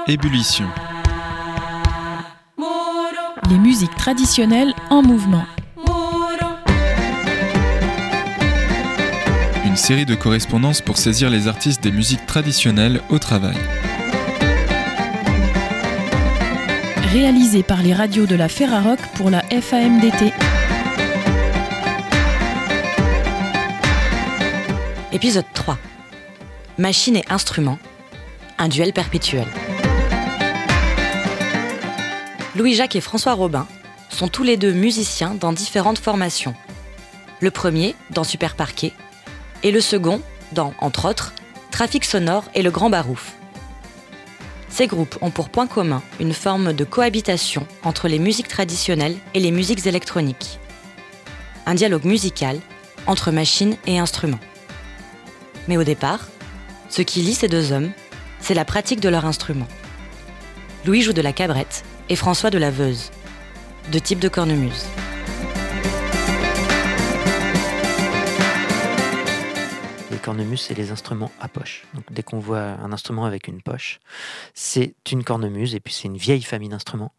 Ébullition. Les musiques traditionnelles en mouvement. Une série de correspondances pour saisir les artistes des musiques traditionnelles au travail. Réalisée par les radios de la Ferrarock pour la FAMDT. Épisode 3. Machines et instruments. Un duel perpétuel. Louis-Jacques et François Robin sont tous les deux musiciens dans différentes formations. Le premier dans Super Parquet et le second dans, entre autres, Trafic Sonore et Le Grand Barouf. Ces groupes ont pour point commun une forme de cohabitation entre les musiques traditionnelles et les musiques électroniques. Un dialogue musical entre machines et instruments. Mais au départ, ce qui lie ces deux hommes, c'est la pratique de leur instrument. Louis joue de la cabrette et François de la veuze, deux types de cornemuse. Les cornemuses, c'est les instruments à poche. Donc, dès qu'on voit un instrument avec une poche, c'est une cornemuse. Et puis, c'est une vieille famille d'instruments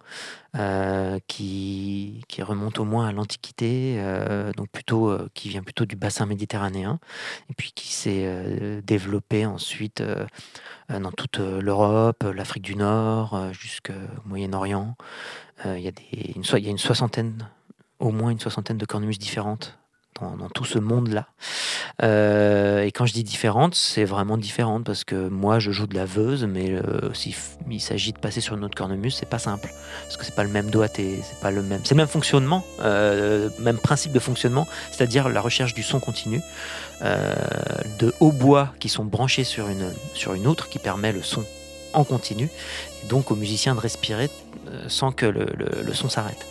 qui remonte au moins à l'Antiquité, donc qui vient plutôt du bassin méditerranéen, et puis qui s'est développé ensuite dans toute l'Europe, l'Afrique du Nord, jusqu'au Moyen-Orient. Il y a une soixantaine, au moins une soixantaine de cornemuses différentes dans tout ce monde-là. Et quand je dis différentes, c'est vraiment différente parce que moi je joue de la veuze, mais s'il s'agit de passer sur une autre cornemuse, c'est pas simple parce que c'est pas le même doigté, c'est le même fonctionnement, même principe de fonctionnement, c'est-à-dire la recherche du son continu, de hautbois qui sont branchés sur une outre qui permet le son en continu, et donc aux musiciens de respirer sans que le son s'arrête.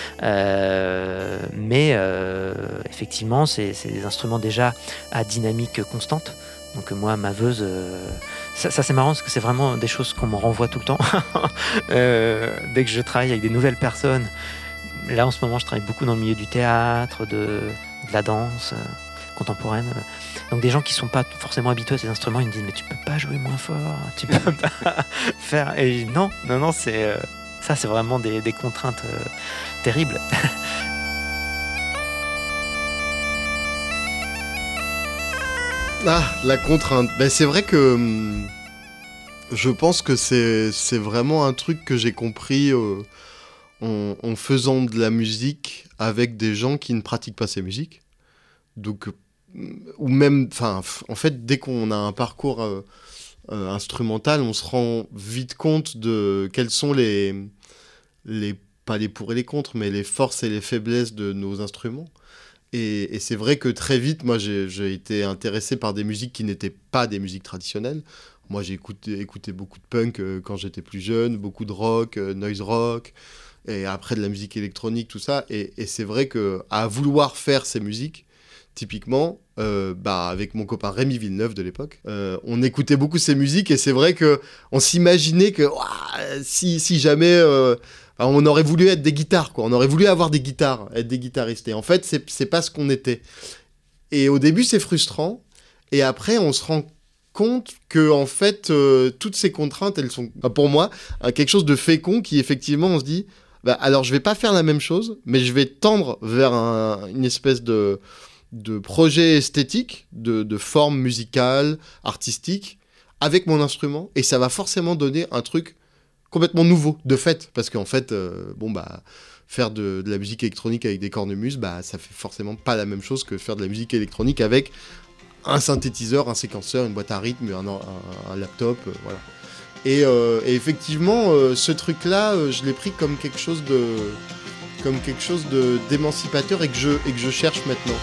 Mais effectivement, c'est des instruments déjà à dynamique constante. Donc moi, ma veuze, ça c'est marrant parce que c'est vraiment des choses qu'on me renvoie tout le temps. Dès que je travaille avec des nouvelles personnes, là en ce moment je travaille beaucoup dans le milieu du théâtre, de la danse contemporaine. Donc des gens qui sont pas forcément habitués à ces instruments, ils me disent mais tu peux pas jouer moins fort, tu peux pas faire. Et non, c'est ça, c'est vraiment des contraintes terribles. Ah, la contrainte. Ben, c'est vrai que je pense que c'est vraiment un truc que j'ai compris en faisant de la musique avec des gens qui ne pratiquent pas ces musiques. Donc, ou même, en fait, dès qu'on a un parcours instrumental, on se rend vite compte de quels sont pas les pour et les contre, mais les forces et les faiblesses de nos instruments. Et c'est vrai que très vite, moi, j'ai été intéressé par des musiques qui n'étaient pas des musiques traditionnelles. Moi, j'ai écouté beaucoup de punk quand j'étais plus jeune, beaucoup de rock, noise rock, et après de la musique électronique, tout ça. Et c'est vrai qu'à vouloir faire ces musiques, typiquement, avec mon copain Rémi Villeneuve de l'époque, on écoutait beaucoup ces musiques et c'est vrai qu'on s'imaginait que si jamais on aurait voulu être des guitares, quoi. On aurait voulu avoir des guitares, être des guitaristes. Et en fait, c'est pas ce qu'on était. Et au début, c'est frustrant. Et après, on se rend compte que en fait, toutes ces contraintes, elles sont, pour moi, quelque chose de fécond qui, effectivement, on se dit, alors je vais pas faire la même chose, mais je vais tendre vers une espèce de projet esthétique, de forme musicale, artistique, avec mon instrument, et ça va forcément donner un truc complètement nouveau, de fait, parce qu'en fait, faire de la musique électronique avec des cornemuses, ça fait forcément pas la même chose que faire de la musique électronique avec un synthétiseur, un séquenceur, une boîte à rythme, un laptop, voilà. Et effectivement, ce truc-là, je l'ai pris comme quelque chose d'émancipateur et que je cherche maintenant.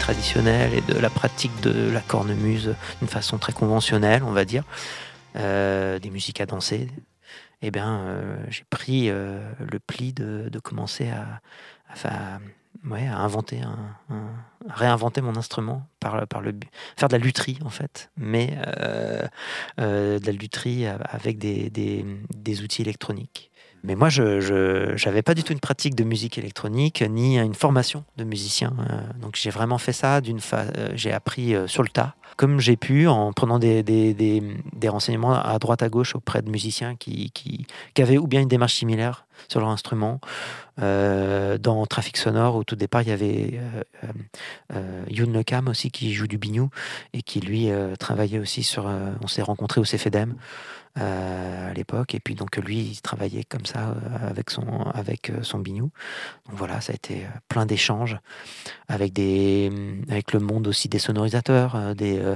traditionnelle et de la pratique de la cornemuse d'une façon très conventionnelle, on va dire, des musiques à danser, eh bien, j'ai pris le pli de commencer à inventer à réinventer mon instrument faire de la lutherie en fait, mais de la lutherie avec des outils électroniques. Mais moi, je n'avais pas du tout une pratique de musique électronique, ni une formation de musicien. Donc j'ai vraiment fait ça j'ai appris sur le tas, comme j'ai pu, en prenant des renseignements à droite à gauche auprès de musiciens qui avaient ou bien une démarche similaire sur leur instrument. Dans Trafic Sonore, au tout départ, il y avait Youn Lecam aussi qui joue du biniou et qui lui travaillait aussi on s'est rencontrés au CFEDEM à l'époque, et puis donc lui il travaillait comme ça avec son biniou. Donc voilà, ça a été plein d'échanges avec le monde aussi des sonorisateurs,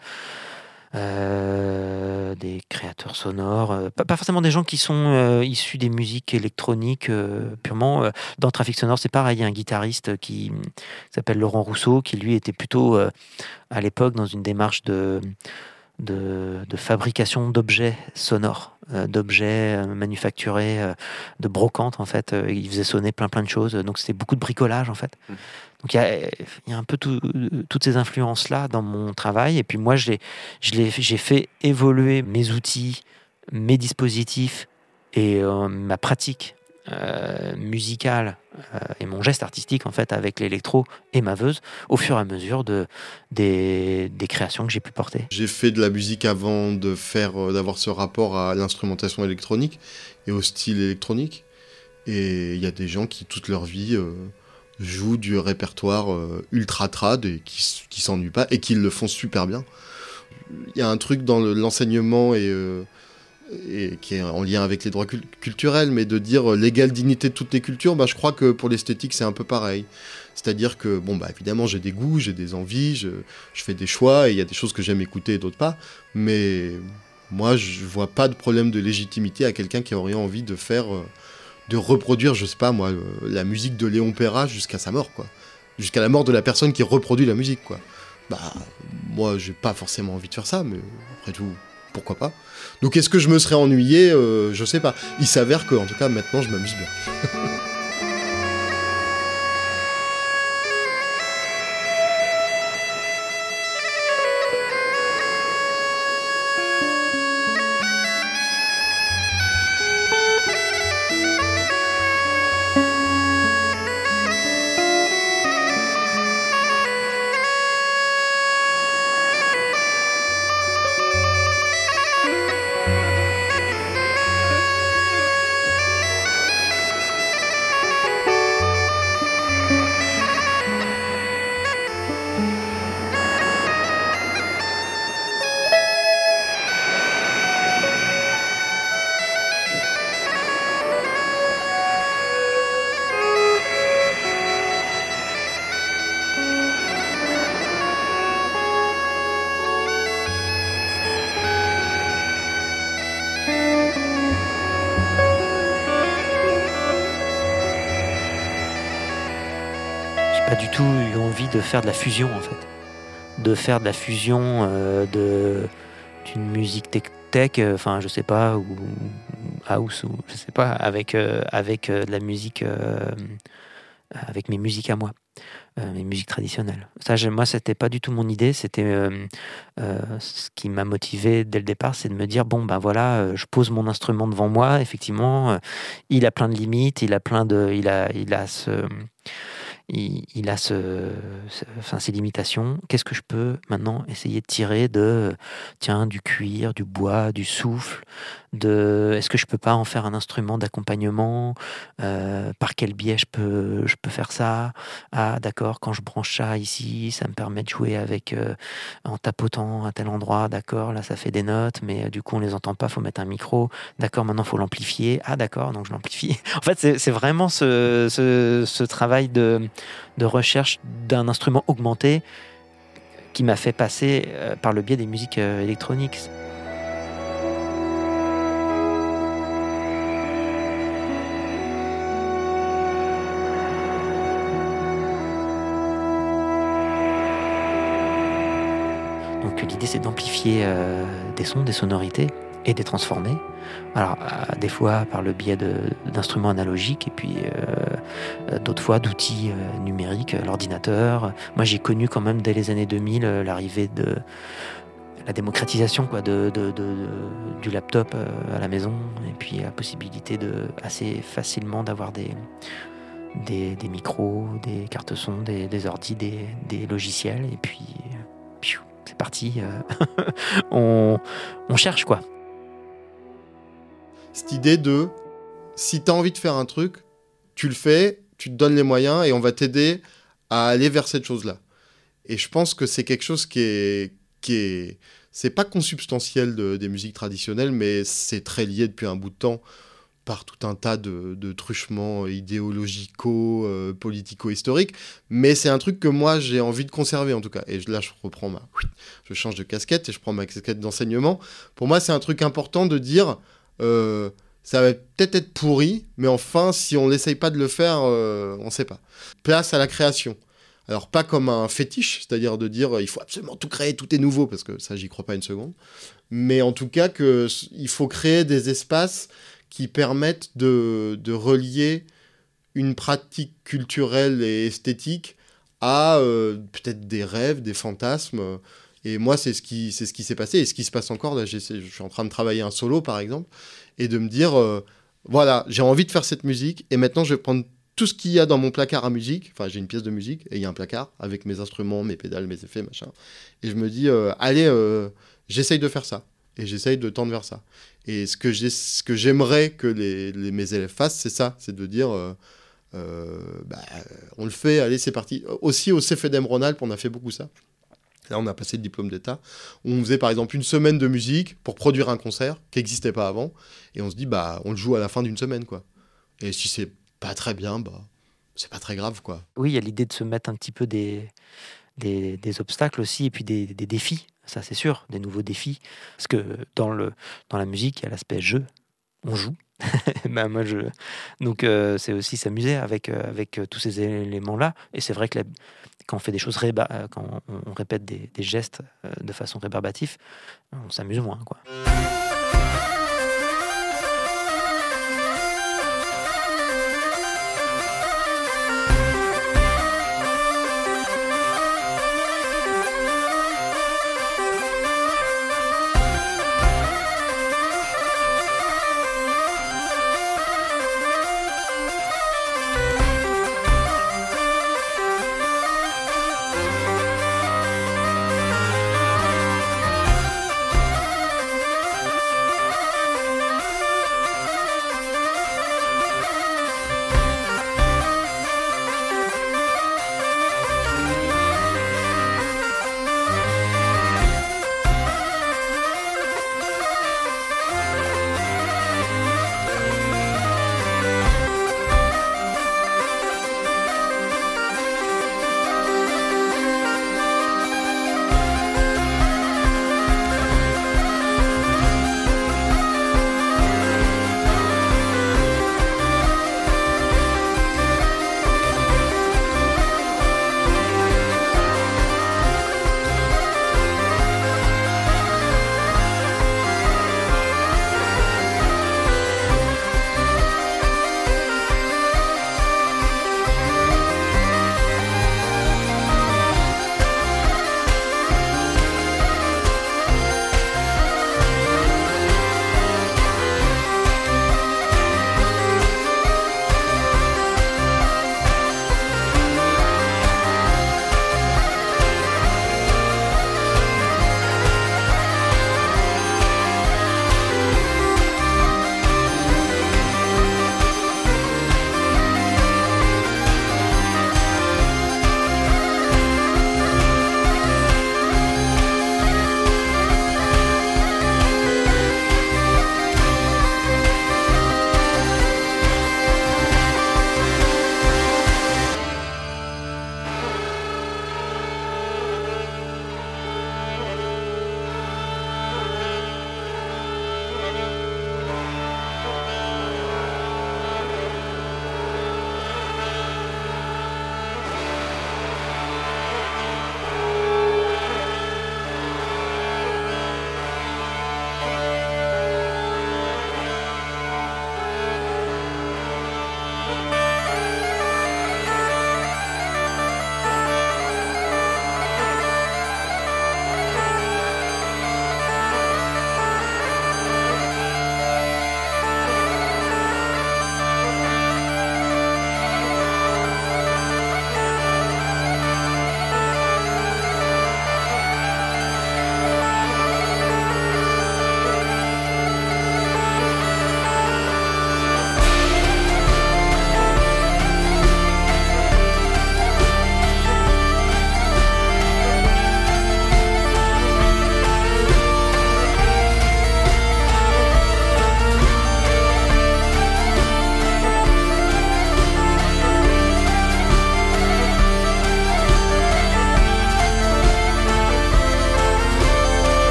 des créateurs sonores, pas forcément des gens qui sont issus des musiques électroniques purement. Dans Trafic Sonore, c'est pareil, il y a un guitariste qui s'appelle Laurent Rousseau, qui lui était plutôt à l'époque dans une démarche de fabrication d'objets sonores, d'objets manufacturés, de brocantes en fait. Il faisait sonner plein de choses, donc c'était beaucoup de bricolage en fait. Donc il y a un peu toutes ces influences-là dans mon travail, et puis moi j'ai fait évoluer mes outils, mes dispositifs et ma pratique musicale et mon geste artistique en fait avec l'électro et ma veuse au fur et à mesure des créations que j'ai pu porter. J'ai fait de la musique avant d'avoir ce rapport à l'instrumentation électronique et au style électronique, et il y a des gens qui toute leur vie jouent du répertoire ultra trad et qui s'ennuient pas et qui le font super bien. Il y a un truc dans l'enseignement et qui est en lien avec les droits culturels, mais de dire l'égale dignité de toutes les cultures, je crois que pour l'esthétique c'est un peu pareil. C'est-à-dire que, évidemment j'ai des goûts, j'ai des envies, je fais des choix, et il y a des choses que j'aime écouter et d'autres pas, mais moi je vois pas de problème de légitimité à quelqu'un qui aurait envie de reproduire, je sais pas moi, la musique de Léon Perra jusqu'à sa mort, quoi. Jusqu'à la mort de la personne qui reproduit la musique, quoi. Moi j'ai pas forcément envie de faire ça, mais après tout, pourquoi pas. Donc est-ce que je me serais ennuyé, je sais pas. Il s'avère que, en tout cas, maintenant, je m'amuse bien. Pas du tout eu envie de faire de la fusion en fait, de faire de la fusion d'une musique tech, je sais pas, ou house, ou je sais pas, avec de la musique, avec mes musiques à moi, mes musiques traditionnelles. Ça, moi, c'était pas du tout mon idée. C'était ce qui m'a motivé dès le départ, c'est de me dire je pose mon instrument devant moi. Effectivement, il a plein de limites, il a ses limitations. Qu'est-ce que je peux maintenant essayer de tirer du cuir, du bois, du souffle, est-ce que je peux pas en faire un instrument d'accompagnement, par quel biais je peux faire ça? Ah d'accord, quand je branche ça ici, ça me permet de jouer avec en tapotant à tel endroit, d'accord, là ça fait des notes, mais du coup on les entend pas, faut mettre un micro, d'accord, maintenant faut l'amplifier, ah d'accord, donc je l'amplifie. En fait c'est vraiment ce travail de recherche d'un instrument augmenté qui m'a fait passer par le biais des musiques électroniques. Donc l'idée c'est d'amplifier des sons, des sonorités et de les transformer. Alors des fois par le biais d'instruments analogiques et puis d'autres fois d'outils numériques, l'ordinateur. Moi j'ai connu quand même dès les années 2000 l'arrivée de la démocratisation du laptop à la maison et puis la possibilité assez facilement d'avoir des micros, des cartes son, des ordis, des logiciels et puis c'est parti, on cherche quoi. Cette idée de si tu as envie de faire un truc, tu le fais, tu te donnes les moyens et on va t'aider à aller vers cette chose-là. Et je pense que c'est quelque chose qui est c'est pas consubstantiel des musiques traditionnelles, mais c'est très lié depuis un bout de temps par tout un tas de truchements idéologicaux, politico-historiques. Mais c'est un truc que moi, j'ai envie de conserver, en tout cas. Et là, je change de casquette et je prends ma casquette d'enseignement. Pour moi, c'est un truc important de dire ça va peut-être être pourri, mais enfin, si on n'essaye pas de le faire, on ne sait pas. Place à la création. Alors, pas comme un fétiche, c'est-à-dire de dire il faut absolument tout créer, tout est nouveau, parce que ça, j'y crois pas une seconde. Mais en tout cas, il faut créer des espaces qui permettent de relier une pratique culturelle et esthétique à peut-être des rêves, des fantasmes. Et moi, c'est ce qui s'est passé et ce qui se passe encore. Là, je suis en train de travailler un solo, par exemple, et de me dire voilà, j'ai envie de faire cette musique, et maintenant, je vais prendre tout ce qu'il y a dans mon placard à musique. Enfin, j'ai une pièce de musique, et il y a un placard avec mes instruments, mes pédales, mes effets, machin. Et je me dis allez, j'essaye de faire ça. Et j'essaye de tendre vers ça. Et ce que j'aimerais que mes élèves fassent, c'est ça. C'est de dire, on le fait, allez, c'est parti. Aussi, au CFEDEM Rhône-Alpes, on a fait beaucoup ça. Là, on a passé le diplôme d'État. On faisait, par exemple, une semaine de musique pour produire un concert qui n'existait pas avant. Et on se dit, on le joue à la fin d'une semaine, quoi. Et si c'est pas très bien, c'est pas très grave, quoi. Oui, il y a l'idée de se mettre un petit peu des obstacles aussi, et puis des défis. Ça, c'est sûr, des nouveaux défis. Parce que dans la musique, il y a l'aspect jeu. On joue. Donc, c'est aussi s'amuser avec tous ces éléments-là. Et c'est vrai que quand on fait des choses, quand on répète des gestes de façon rébarbative, on s'amuse moins, quoi.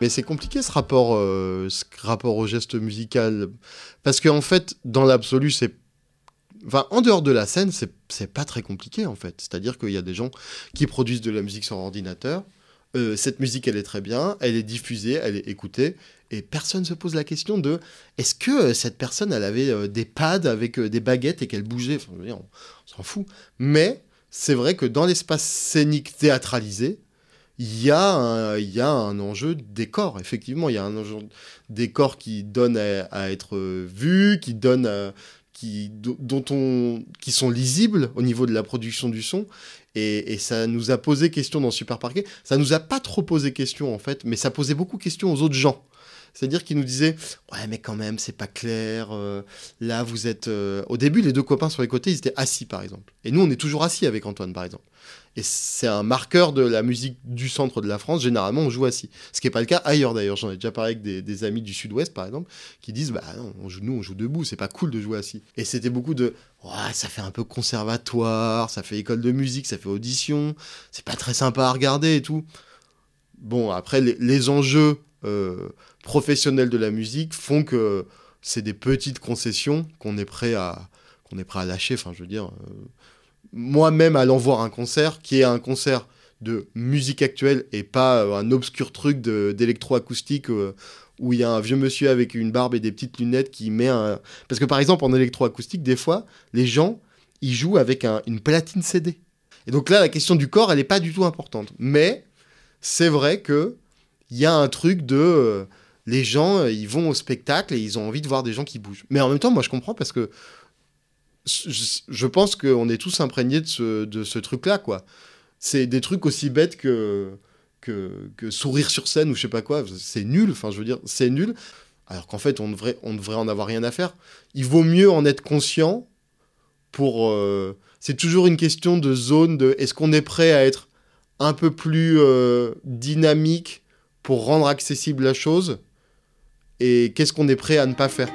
Mais c'est compliqué ce rapport au geste musical. Parce qu'en fait, dans l'absolu, enfin, en dehors de la scène, c'est pas très compliqué en fait. C'est-à-dire qu'il y a des gens qui produisent de la musique sur ordinateur. Cette musique, elle est très bien, elle est diffusée, elle est écoutée. Et personne ne se pose la question de est-ce que cette personne, elle avait des pads avec des baguettes et qu'elle bougeait. Enfin, je veux dire, on s'en fout. Mais c'est vrai que dans l'espace scénique théâtralisé, il y a un enjeu décor, effectivement. Il y a un enjeu décor qui donne à être vu, qui sont lisibles au niveau de la production du son. Et ça nous a posé question dans Super Parquet. Ça nous a pas trop posé question, en fait, mais ça posait beaucoup de questions aux autres gens. C'est-à-dire qu'ils nous disaient « Ouais, mais quand même, c'est pas clair. Là, vous êtes... Au début, les deux copains sur les côtés, ils étaient assis, par exemple. Et nous, on est toujours assis avec Antoine, par exemple. Et c'est un marqueur de la musique du centre de la France. Généralement, on joue assis. Ce qui n'est pas le cas ailleurs, d'ailleurs. J'en ai déjà parlé avec des amis du Sud-Ouest, par exemple, qui disent « Bah non, on joue debout. C'est pas cool de jouer assis. » Et c'était beaucoup de « Ouais, ça fait un peu conservatoire. Ça fait école de musique. Ça fait audition. C'est pas très sympa à regarder et tout. » Bon, après, les enjeux... professionnels de la musique font que c'est des petites concessions qu'on est prêt à lâcher. Enfin, je veux dire, moi-même allant voir un concert qui est un concert de musique actuelle et pas un obscur truc d'électroacoustique où il y a un vieux monsieur avec une barbe et des petites lunettes qui met un... Parce que par exemple, en électroacoustique, des fois, les gens, ils jouent avec une platine CD. Et donc là, la question du corps, elle n'est pas du tout importante. Mais c'est vrai que il y a un truc de... les gens, ils vont au spectacle et ils ont envie de voir des gens qui bougent. Mais en même temps, moi, je comprends parce que je pense qu'on est tous imprégnés de ce truc-là, quoi. C'est des trucs aussi bêtes que sourire sur scène ou je sais pas quoi. C'est nul, enfin, je veux dire, c'est nul. Alors qu'en fait, on devrait en avoir rien à faire. Il vaut mieux en être conscient pour... c'est toujours une question de zone, de est-ce qu'on est prêt à être un peu plus dynamique pour rendre accessible la chose, et qu'est-ce qu'on est prêt à ne pas faire.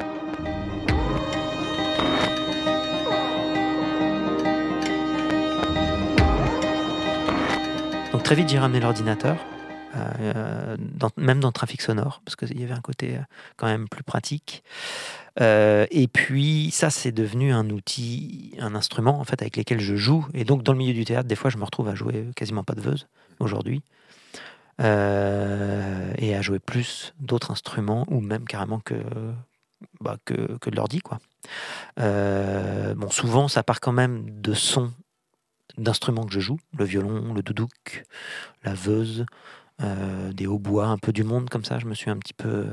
Donc très vite, j'ai ramené l'ordinateur, même dans Trafic Sonore, parce qu'il y avait un côté quand même plus pratique. Et puis ça, c'est devenu un outil, un instrument en fait avec lequel je joue. Et donc dans le milieu du théâtre, des fois, je me retrouve à jouer quasiment pas de veuze aujourd'hui. Et à jouer plus d'autres instruments ou même carrément que de l'ordi, quoi. Bon, souvent ça part quand même de sons d'instruments que je joue, le violon, le doudouk, la veuze, des hautbois, un peu du monde comme ça. Je me suis un petit peu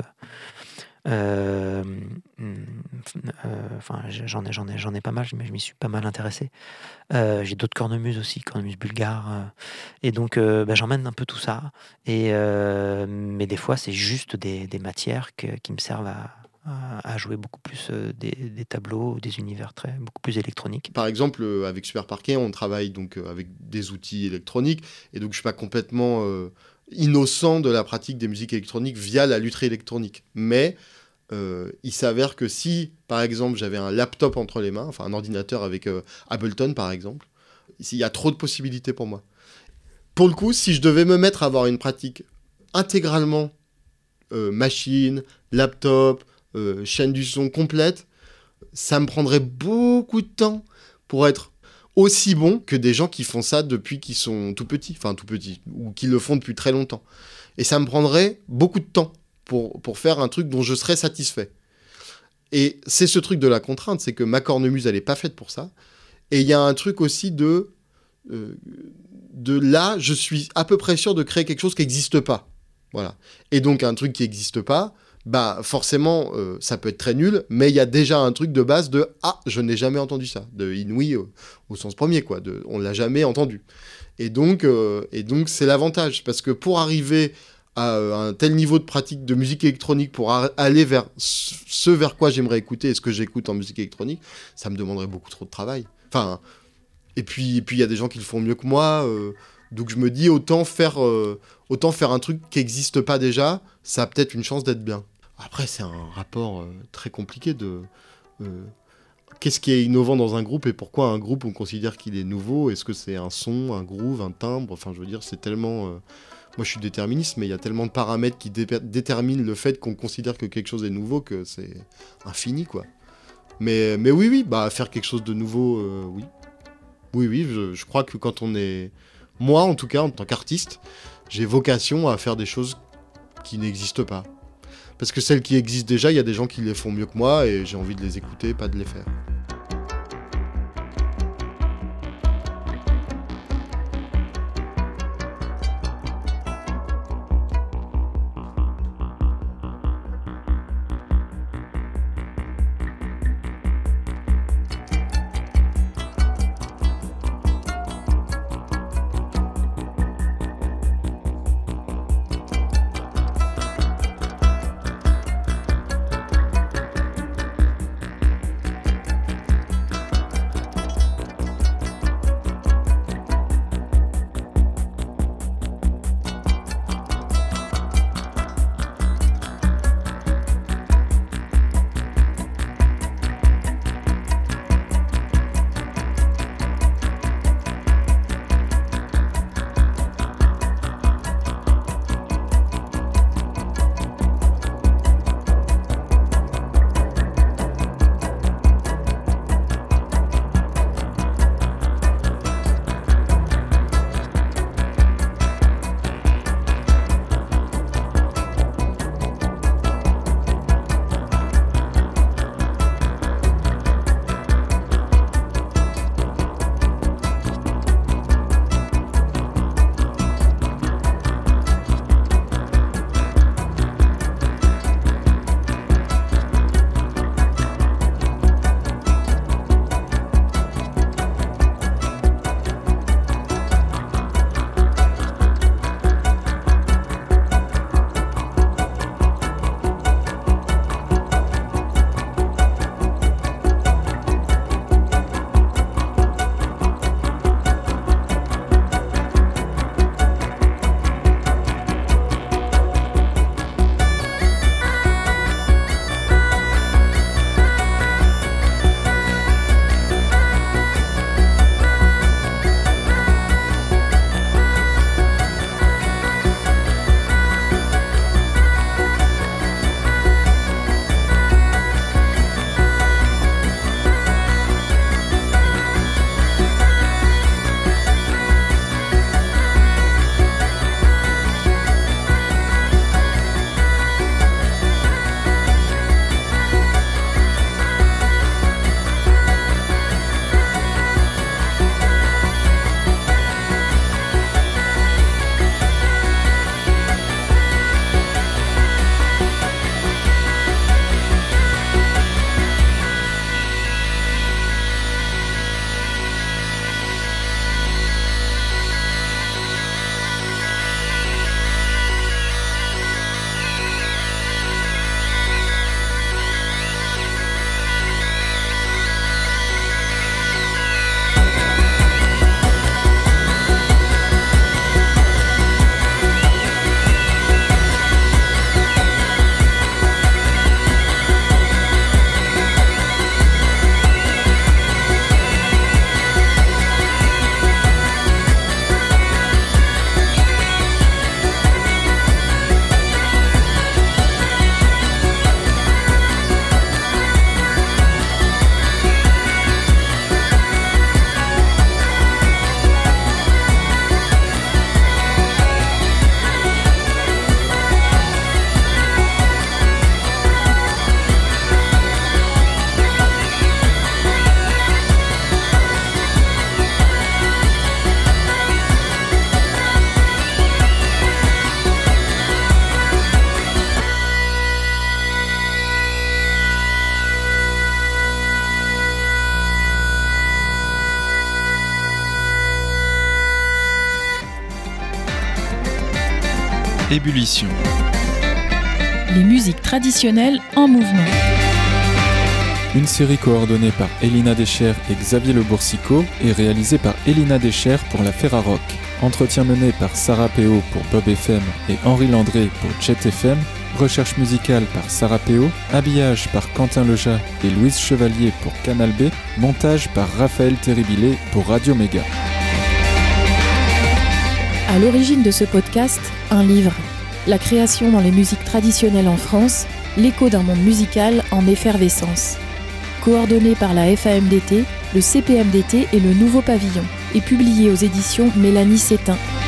enfin, j'en ai pas mal, mais je m'y suis pas mal intéressé. J'ai d'autres cornemuses aussi, cornemuses bulgares, et donc j'emmène un peu tout ça. Mais des fois, c'est juste des matières qui me servent à jouer beaucoup plus des tableaux, des univers beaucoup plus électroniques. Par exemple, avec Super Parquet, on travaille donc avec des outils électroniques, et donc je suis pas complètement innocent de la pratique des musiques électroniques via la lutherie électronique. Mais il s'avère que si, par exemple, j'avais un laptop entre les mains, enfin un ordinateur avec Ableton, par exemple, il y a trop de possibilités pour moi. Pour le coup, si je devais me mettre à avoir une pratique intégralement machine, laptop, chaîne du son complète, ça me prendrait beaucoup de temps pour être aussi bon que des gens qui font ça depuis qu'ils sont tout petits, ou qui le font depuis très longtemps. Et ça me prendrait beaucoup de temps pour faire un truc dont je serais satisfait. Et c'est ce truc de la contrainte, c'est que ma cornemuse, elle n'est pas faite pour ça. Et il y a un truc aussi de là, je suis à peu près sûr de créer quelque chose qui n'existe pas. Voilà. Et donc, un truc qui n'existe pas, forcément, ça peut être très nul, mais il y a déjà un truc de base de « Ah, je n'ai jamais entendu ça », de inouï au sens premier, quoi, on ne l'a jamais entendu. Et donc, c'est l'avantage, parce que pour arriver à un tel niveau de pratique de musique électronique, pour aller vers ce vers quoi j'aimerais écouter et ce que j'écoute en musique électronique, ça me demanderait beaucoup trop de travail. Enfin, et puis il y a des gens qui le font mieux que moi, donc je me dis autant faire un truc qui n'existe pas déjà, ça a peut-être une chance d'être bien. Après, c'est un rapport très compliqué de qu'est-ce qui est innovant dans un groupe et pourquoi un groupe on considère qu'il est nouveau. Est-ce que c'est un son, un groove, un timbre? Enfin, je veux dire, c'est tellement moi je suis déterministe, mais il y a tellement de paramètres qui déterminent le fait qu'on considère que quelque chose est nouveau que c'est infini, quoi. Mais oui, faire quelque chose de nouveau, oui. Oui, je crois que quand on est... Moi, en tout cas, en tant qu'artiste, j'ai vocation à faire des choses qui n'existent pas. Parce que celles qui existent déjà, il y a des gens qui les font mieux que moi et j'ai envie de les écouter, pas de les faire. Ébullition. Les musiques traditionnelles en mouvement. Une série coordonnée par Elina Deschères et Xavier Le Boursicot et réalisée par Elina Deschères pour la Ferrarock. Entretien mené par Sarah Péo pour Bob FM et Henri Landré pour Jet FM. Recherche musicale par Sarah Péo. Habillage par Quentin Leja et Louise Chevalier pour Canal B. Montage par Raphaël Terribilé pour Radio Méga. À l'origine de ce podcast, un livre, La création dans les musiques traditionnelles en France, l'écho d'un monde musical en effervescence. Coordonné par la FAMDT, le CPMDT et le Nouveau Pavillon, et publié aux éditions Mélanie Sétain.